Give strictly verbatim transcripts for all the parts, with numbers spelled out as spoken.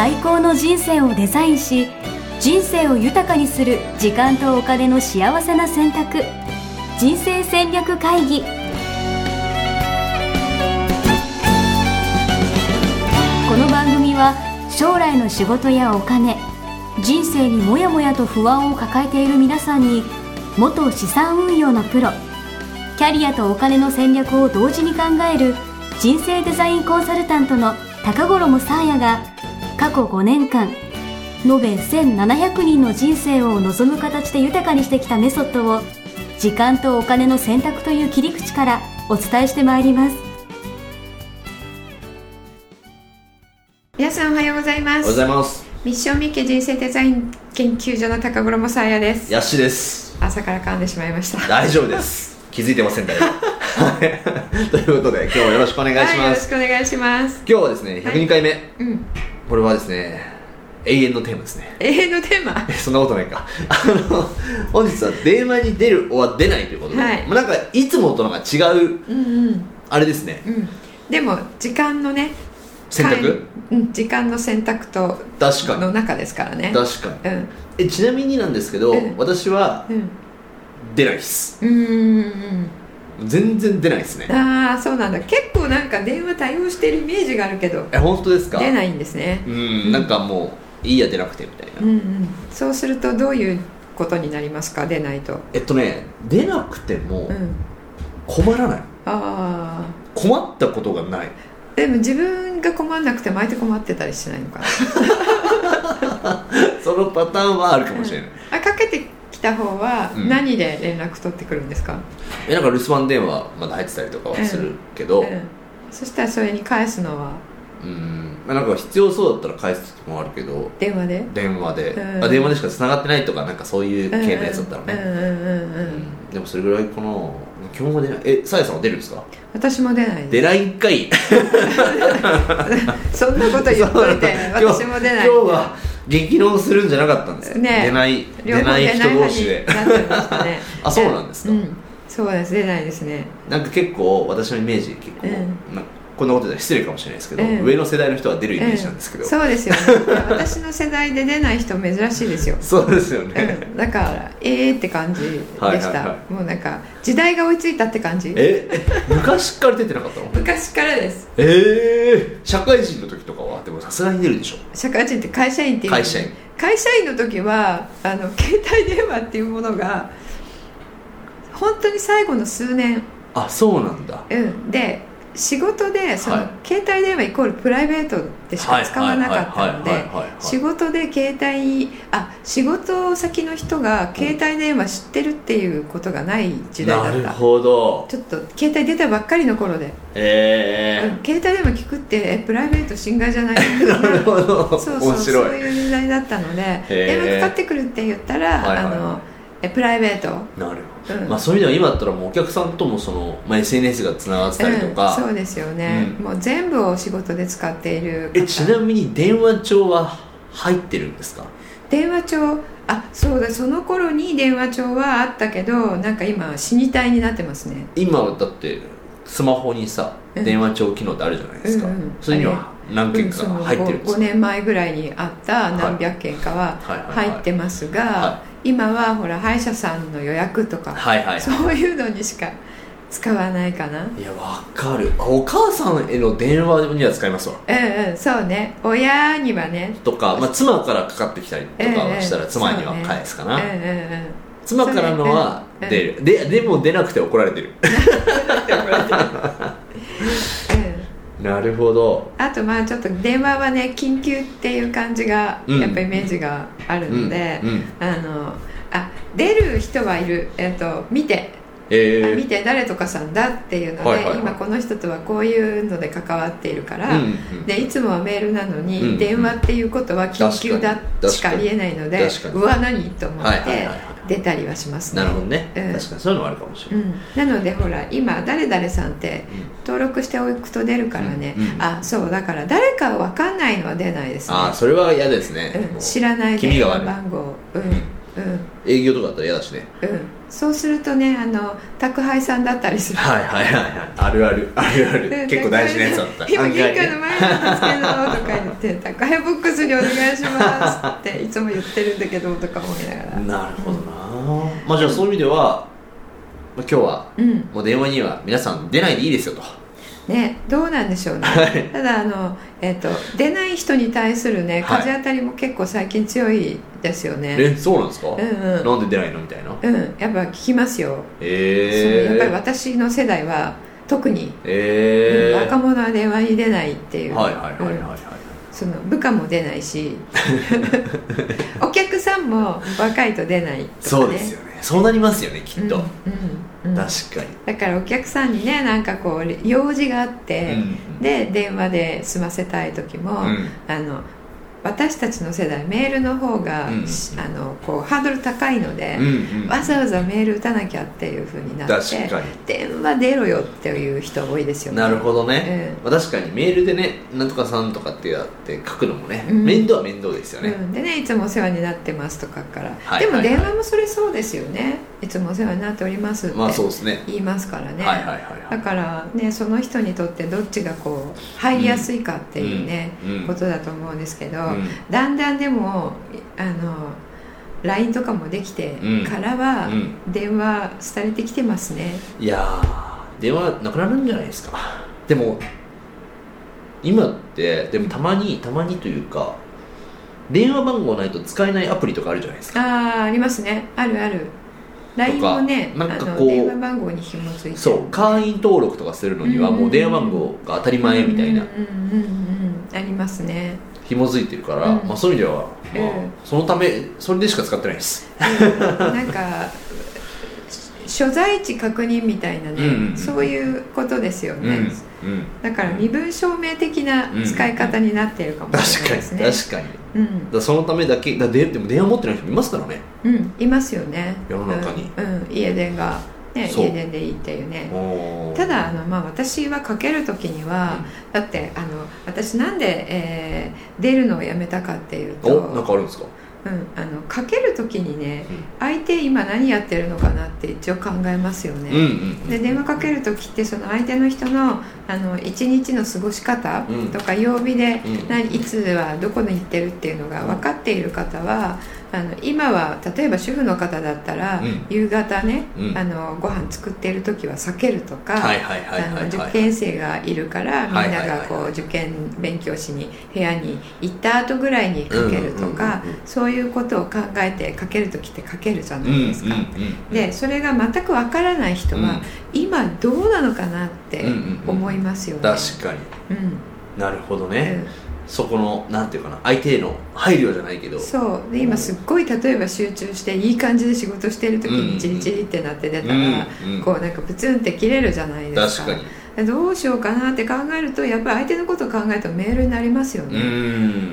最高の人生をデザインし、人生を豊かにする時間とお金の幸せな選択、人生戦略会議。この番組は将来の仕事やお金、人生にもやもやと不安を抱えている皆さんに、元資産運用のプロ、キャリアとお金の戦略を同時に考える人生デザインコンサルタントの高頃もさあやが、過去ごねんかん延べせんななひゃくにんの人生を望む形で豊かにしてきたメソッドを、時間とお金の選択という切り口からお伝えしてまいります。 皆さんおはようございます。 おはようございます。 ミッションミッケ人生デザイン研究所の高頃もさあやです。 やっしです。 朝から噛んでしまいました。 大丈夫です気づいてませんかねということで今日もよろしくお願いします、はい、 よろしくお願いします。 今日はですねひゃくにかいめ、はい、 うん、 これはですね永遠のテーマですね。 永遠のテーマそんなことないかあの本日は電話に出るは出ないということで、はい、まあ、なんかいつもとなんか違う、うんうん、あれですね、うん、 でも時間のね選択、 うん、時間の選択と確かにの中ですからね。 確かに、 うん、 えちなみになんですけど、うん、私は、うん、出ないです。うーん、全然出ないですね。 ああ、そうなんだ。結構なんか電話対応してるイメージがあるけど、 え本当ですか？ 出ないんですね。 うん、うん、なんかもういいや出なくてみたいな、 うんうん、そうするとどういうことになりますか？出ないと。 えっとね出なくても困らない、うん、ああ、困ったことがない。 でも自分が困らなくても相手困ってたりしないのかなそのパターンはあるかもしれない、 うん、あかけてきた方は何で連絡取ってくるんですか？うん、 えなんか留守番電話まだ入ってたりとかはするけど、うんうん、 そしたらそれに返すのはうーん、まあ、なんか必要そうだったら返す時もあるけど、 電話で電話で、うん、あ電話でしか繋がってないとかなんかそういう系のやつだったらね、うんうんうんうん、でもそれぐらいかな。基本は出ない。え、さやさんは出るんですか？ 私も出ないです。 出ないんかいそんなこと言っといて私も出ない。 今日は激論するんじゃなかったんですか、ね、出ない出ない人同士でなってましたねあ、そうなんですか、うん、 そうです、出ないですね。 なんか結構私のイメージ結構、うん、なこんなことで失礼かもしれないですけど、うん、上の世代の人は出るイメージなんですけど、 うん、そうですよね私の世代で出ない人珍しいですよそうですよね、 うん、だからえーって感じでした、はいはいはい、もうなんか時代が追いついたって感じ。 え昔から出てなかったの？ 昔からです。 えー、社会人の時とかはでもさすがに出るでしょ？ 社会人って会社員っていう会社員会社員の時はあの携帯電話っていうものが本当に最後の数年。 あ、そうなんだ。 うん、で仕事でその、はい、携帯電話イコールプライベートでしか使わなかったので、仕事で携帯あ仕事先の人が携帯電話知ってるっていうことがない時代だった。 なるほど。 ちょっと携帯出たばっかりの頃で、 えーうん、携帯電話聞くってえプライベート侵害じゃないなるほど。 そうそう、そういう時代だったので、電話かかってくるって言ったら、はいはい、あのえプライベート。 なるほど、うん、まあ、そういう意味では今だったらもうお客さんともその、まあ、エスエヌエス がつながってたりとか、 うん、そうですよね、うん、もう全部を仕事で使っている方。 えちなみに電話帳は入ってるんですか？ 電話帳、あ、そうだ、その頃に電話帳はあったけどなんか今死に体になってますね。 今だってスマホにさ、うん、電話帳機能ってあるじゃないですか、うんうん、それには何件か入ってるんですか？ ご, ごねんまえぐらいにあった何百件かは入ってますが、はいはいはいはい、今はほら歯医者さんの予約とか、はいはいはい、そういうのにしか使わないかな。 いや、わかる。お母さんへの電話には使いますわ。 うんうん、そうね。親にはねとか、まあ、妻からかかってきたりとかしたら妻には返すかな、うんうんうん、妻からのは出る、うん、で, でも出なくて怒られてるなるほど。 あとまあちょっと電話はね緊急っていう感じがやっぱイメージがあるので、うんうんうん、あのあ出る人はいる、えっと見て、えー、見て誰とかさんだっていうので、はいはいはい、今この人とはこういうので関わっているから、うんうん、でいつもはメールなのに、うんうん、電話っていうことは緊急だしかありえないので、うわ何と思って出たりはしますね。 なるほどね、うん、確かにそういうのもあるかもしれない、うん、なのでほら今誰々さんって登録しておくと出るからね、うんうん、あそうだから誰か分かんないのは出ないですね。 あそれは嫌ですね、 うん、知らない電話番号、うんうん営業とかだったら嫌だしね。 うん、そうするとね、あの宅配さんだったりする。 はいはいはいはい、あるあるあるある、結構大事なやつだった。 今玄関の前なんですけどとか言って宅配ボックスにお願いしますっていつも言ってるんだけどとか思いながら。 なるほどな、うん、まあじゃあそういう意味では、まあ、今日は、うん、もう電話には皆さん出ないでいいですよと。 ね、どうなんでしょうね、はい、ただあの、えーと、出ない人に対するね風当たりも結構最近強いですよね。 え、そうなんですか、うんうん、 なんで出ないのみたいな。 うん、やっぱ聞きますよ、 えー、 やっぱり私の世代は特に、 えーうん、若者は電話に出ないっていう、 はいはいはいはい、はい、うん、 その部下も出ないしお客さんも若いと出ないとか、ね、 そうですよね、そうなりますよねきっと、うんうんうん、確かに。 だからお客さんにね、なんかこう用事があって、うんうん、で電話で済ませたい時も、うん、あの私たちの世代メールの方が、うんうん、あのこうハードル高いので、うんうん、わざわざメール打たなきゃっていう風になって、 確かに電話出ろよっていう人多いですよね。 なるほどね、うん、まあ、確かにメールでね、なんとかさんとかってやって書くのもね、うん、面倒は面倒ですよね、うん、 でね、いつもお世話になってますとかから、 はいはいはい、 でも電話もそれそうですよね、いつもお世話になっておりますって言いますからね、 はいはいはいはい、 だからね、その人にとってどっちがこう入りやすいかっていうね、うんうん、ことだと思うんですけど、うん、だんだんでもあの ライン とかもできてからは電話されてきてますね、 うん、いやー電話なくなるんじゃないですか。でも今ってでもたまにたまにというか電話番号ないと使えないアプリとかあるじゃないですか。 ああ、ありますね、あるある。 ライン もね、なんかこう電話番号に紐付いてる、 そう、会員登録とかするのにはもう電話番号が当たり前みたいな、 うんうんうんうん、ありますね、 紐づいてるから、うん、まあ、そういう意味では、まあ、うん、そのためそれでしか使ってないです、 うん、なんか所在地確認みたいなね、うんうん、そういうことですよね、うんうん、だから身分証明的な使い方になっているかもしれないですね、 うん、確かに確かに、うん、だそのためだけだで、でも電話持ってない人もいますからね、 うん、いますよね、 世の中に、 うんうん、家電がね、家電でいいっていうね。ただあの、まあ、私はかけるときには、うん、だってあの私なんで、えー、出るのをやめたかっていうと、 お、なんかあるんですか。 うん、あのかけるときにね、うん、相手今何やってるのかなって一応考えますよね、うんうんうん、で電話かけるときってその相手の人のあの一日の過ごし方とか、うん、曜日で、うん、何いつはどこに行ってるっていうのが分かっている方は、あの今は例えば主婦の方だったら、うん、夕方ね、うん、あのご飯作っている時は避けるとか、受験生がいるからみんながこう受験勉強しに部屋に行った後ぐらいにかけるとか、そういうことを考えてかける時ってかけるじゃないですか、うんうんうん、でそれが全くわからない人は、うん、今どうなのかなって思いますよね、 うんうんうん、確かに、うん、なるほどね、うん、そこのなんていうかな、相手への配慮じゃないけど、 そうで今すっごい例えば集中していい感じで仕事してる時にチリチリってなって出たら、うんうん、こうなんかプツンって切れるじゃないですか。 確かにどうしようかなって考えるとやっぱり相手のことを考えるとメールになりますよね。うん、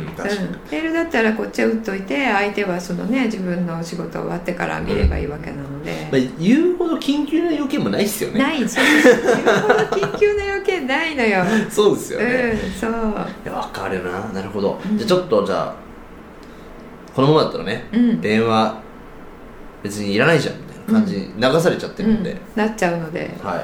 確かに、うん、メールだったらこっちは打っといて相手はそのね自分の仕事終わってから見ればいいわけなので、 うん、まあ、言うほど緊急な要件もないですよね。 ない、そうです、言うほど緊急な要件ないのよそうですよね、 うん、そう、 いや分かるな、なるほど、うん、じゃあちょっとじゃあこのままだったらね、うん、電話別にいらないじゃんみたいな感じに流されちゃってるんで、うんうん、 なっちゃうので、 はい、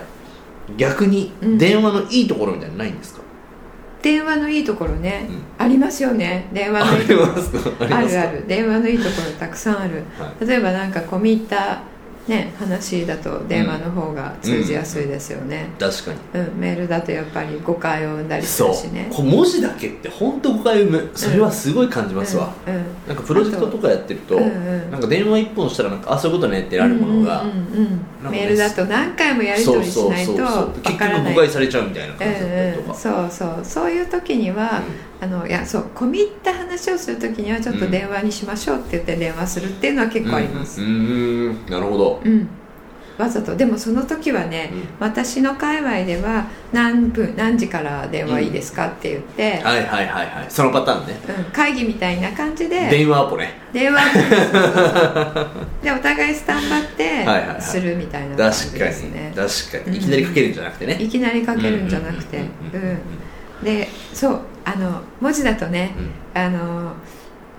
逆に電話のいいところみたいなのないんですか。うん、 電話のいいところね、うん、ありますよね。電話のいいところ あ, あるある、電話のいいところたくさんある、はい、例えばなんか込み入ったね、話だと電話の方が通じやすいですよね、 うんうん、確かに、 うん、メールだとやっぱり誤解を生んだりするしね。 そう、文字だけって本当誤解を生む、それはすごい感じますわ、うんうんうん、なんかプロジェクトとかやってると、うんうん、なんか電話一本したらなんかあそういうことねってなるものが、うんうんうんうんね、 メールだと何回もやり取りしないとわからない、 結局誤解されちゃうみたいな感じだったりとか、うんうん、 そうそうそういう時には、うん、あのいやそう込み入った話をする時にはちょっと電話にしましょうって言って電話するっていうのは結構あります、 うんうん、うんなるほど、うん、 わざと。でもその時はね、うん、私の界隈では何分何時から電話いいですかって言って、 うん、はいはいはいはい、そのパターンね、 うん、会議みたいな感じで電話アポね、 電話アポでお互いスタンバってするみたいな感じですね。 確かに確かに、いきなりかけるんじゃなくてね、 いきなりかけるんじゃなくて、うん、でそうあの文字だとね、うん、あの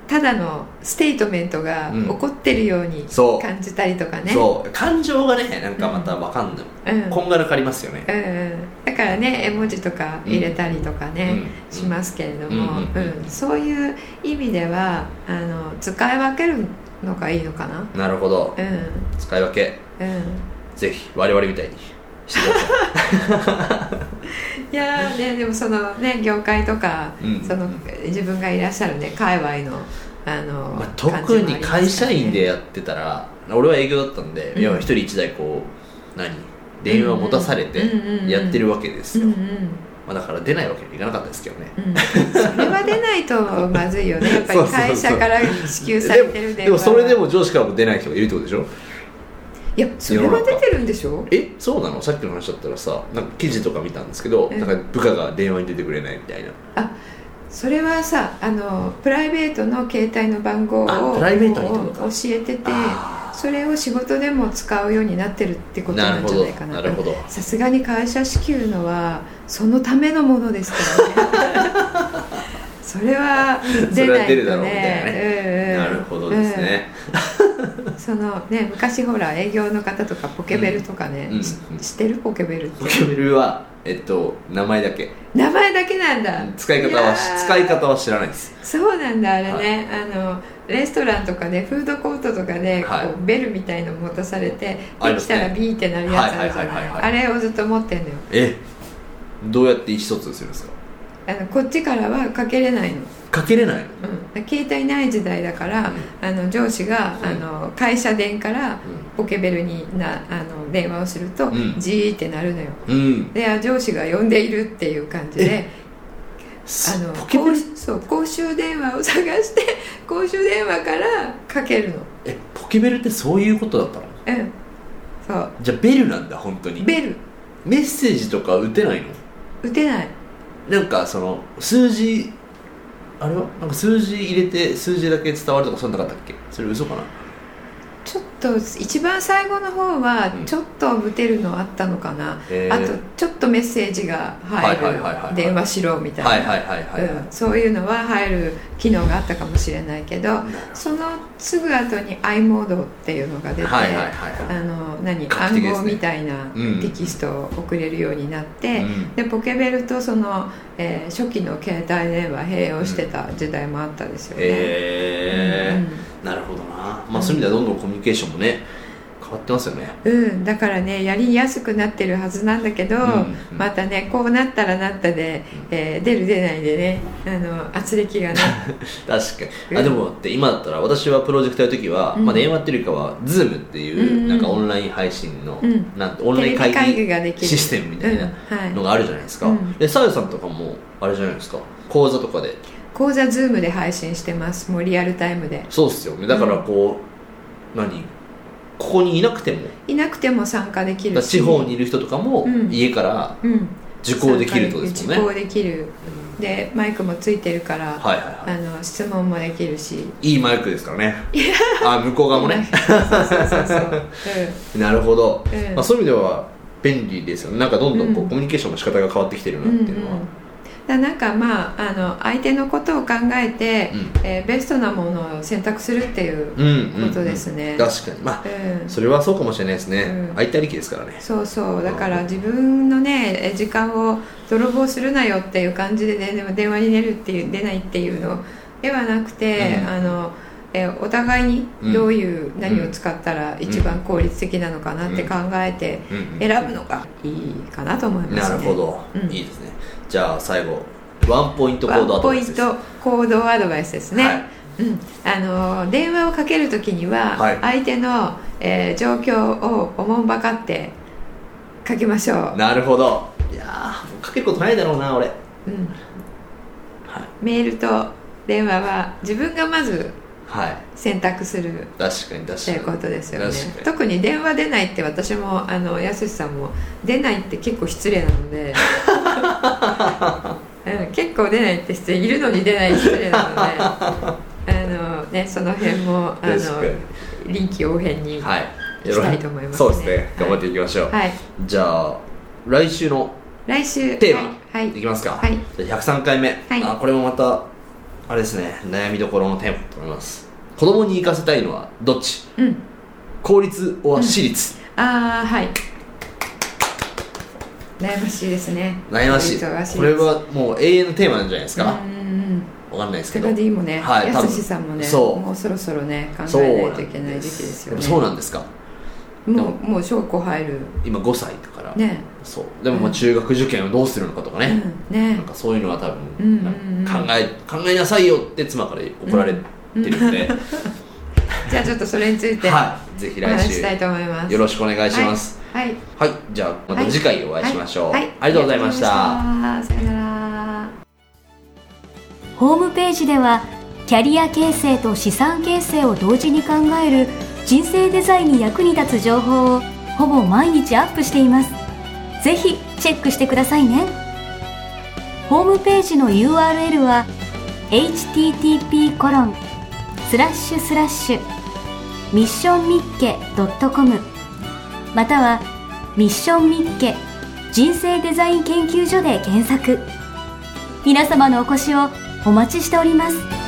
ただのステートメントが起こってるように感じたりとかね、うん、 そう、感情がねなんかまた分かんない、うん、こんがらかりますよね、 うん、だからね絵文字とか入れたりとかね、うん、しますけれども、うんうんうん、そういう意味ではあの使い分けるのがいいのかな。 なるほど、 うん、 使い分け、うん、ぜひ我々みたいにしてください。 いやーね、でもそのね業界とか、うん、その自分がいらっしゃるね界隈のあの、 まあ、特に会社員でやってたら、俺は営業だったんで、うん、いや一人一台こう何電話を持たされてやってるわけですよ、うんうんうんまあ、だから出ないわけにいかなかったですけどね、 うん、それは出ないとまずいよねやっぱり会社から支給されてる電話でもそれでも上司からも出ない人がいるってことでしょ。 いやそれは出てるんでしょ。 えそうなの。さっきの話だったらさなんか記事とか見たんですけど、うん、なんか部下が電話に出てくれないみたいな。 あそれはさあのプライベートの携帯の番号をプライベートに教えててそれを仕事でも使うようになってるってことなんじゃないかな。 なるほど。 さすがに会社支給のはそのためのものですからね。それは出ないとね。それは出るだろうみたいなね、 うんうん、なるほどですね、 うん、そのね昔ほら営業の方とかポケベルとかね、うんうん、知ってるポケベルって。 ポケベルはえっと名前だけ名前だけなんだ。 使い方は使い方は知らないです。 そうなんだあれね、はい、あのレストランとかねフードコートとかで、ねはい、こうベルみたいの持たされてできたらビーってなるやつあるじゃない。あれをずっと持ってんのよ。 えどうやって意思疎通するんですか。 あのこっちからはかけれないの。 かけれないの、 うん、携帯ない時代だから、うん、あの上司が、うん、あの会社電からポケベルになあの電話をすると、うん、ジーってなるのよ、うん、で上司が呼んでいるっていう感じであのポケベルそう公衆電話を探して公衆電話からかけるの。 えポケベルってそういうことだったの。 うんそうじゃあベルなんだ本当に。 ベルメッセージとか打てないの。 打てない。 なんかその数字あれはなんか数字入れて数字だけ伝わるとかそんなかったっけ。それ嘘かな。 ちょっと一番最後の方はちょっと打てるのあったのかな、うん、あとちょっとメッセージが入る電話しろみたいなそういうのは入る機能があったかもしれないけどそのすぐ後に i モードっていうのが出て、はいはいはい、あの何暗号みたいなテキストを送れるようになって、うん、でポケベルとその、えー、初期の携帯電話併用してた時代もあったですよね、 えーうんうん、なるほどな。まあ、そういう意味ではどんどんコミュニケーションもね変わってますよね。 うんだからねやりやすくなってるはずなんだけど、うんうん、またねこうなったらなったで、えー、出る出ないでねあの圧力がね確かに、うん、あでもって今だったら私はプロジェクトやるときは、うんまあ、電話っていうかは Zoom っていう、うんうん、なんかオンライン配信の、うん、なんてオンライン会議ができるシステムみたいなのがあるじゃないですか、うんはい、でさよさんとかもあれじゃないですか講座とかで講座 Zoom で配信してます。もうリアルタイムで。 そうっすよね。だからこう、うん、何ここにいなくてもいなくても参加できるし地方にいる人とかも家から受講できるってことですもんね、 うんうん、受講できるでマイクもついてるから、はいはいはい、あの質問もできるしいいマイクですからねあ向こう側もねそうそうそうそう、うん、なるほど、うんまあ、そういう意味では便利ですよね。なんかどんどんこう、うん、コミュニケーションの仕方が変わってきてるなっていうのは、うんうんだなんかまあ、あの相手のことを考えて、うんえー、ベストなものを選択するっていうことですね、 うんうんうん、確かに、まあうん、それはそうかもしれないですね、うん、相手ありきですからね。 そうそうだから自分のね時間を泥棒するなよっていう感じで、ね、でも電話に出るっていう出ないっていうのではなくて、うん、あのえお互いにどういう何を使ったら一番効率的なのかなって考えて選ぶのがいいかなと思いますね。 なるほど、うん、いいですね。じゃあ最後ワンポイントコードアドバイスです。 ワンポイントコードアドバイスですね、はいうん、あの電話をかけるときには相手の、はいえー、状況をおもんばかってかけましょう。 なるほど。いやかけることないだろうな俺、うんはい、メールと電話は自分がまず選択する、 はい、確かに確かにっていうことですよね。特に電話出ないって私もあのやすしさんも出ないって結構失礼なのでうん、結構出ないって失礼いるのに出ない失礼なのであの、ね、その辺もあの臨機応変にしたいと思いますね。 そうですね頑張っていきましょう、はい、じゃあ来週の来週テーマ、はい、いきますか、はい、じゃあひゃくさんかいめ、はい、あこれもまたあれですね、悩みどころのテーマと思います。子供に行かせたいのはどっち、うん、公立は私立、 うん、ああはい悩ましいですね。 悩ましい。これはもう永遠のテーマなんじゃないですか。うん分かんないですけど、 高 D もね、はい、やすしさんもね、そうもうそろそろね考えないといけない時期ですよね。 そうなんですか。 もうもう小学校入る今ごさいだからね。そうでもまあ中学受験をどうするのかとかね、うん、ねなんかそういうのは多分、うんうんうん、考え考えなさいよって妻から怒られてるんで、うん、 じゃあちょっとそれについてはいぜひ来週したいと思います。 よろしくお願いします。はい、はいはい、じゃあまた次回お会いしましょう。はいはい、ありがとうございました。 さよなら。 ホームページではキャリア形成と資産形成を同時に考える人生デザインに役に立つ情報をほぼ毎日アップしています。ぜひチェックしてくださいね。ホームページの ユーアールエル は エイチティーティーピーコロンスラッシュスラッシュミッションミッケドットコム またはミッションミッケ人生デザイン研究所で検索。皆様のお越しをお待ちしております。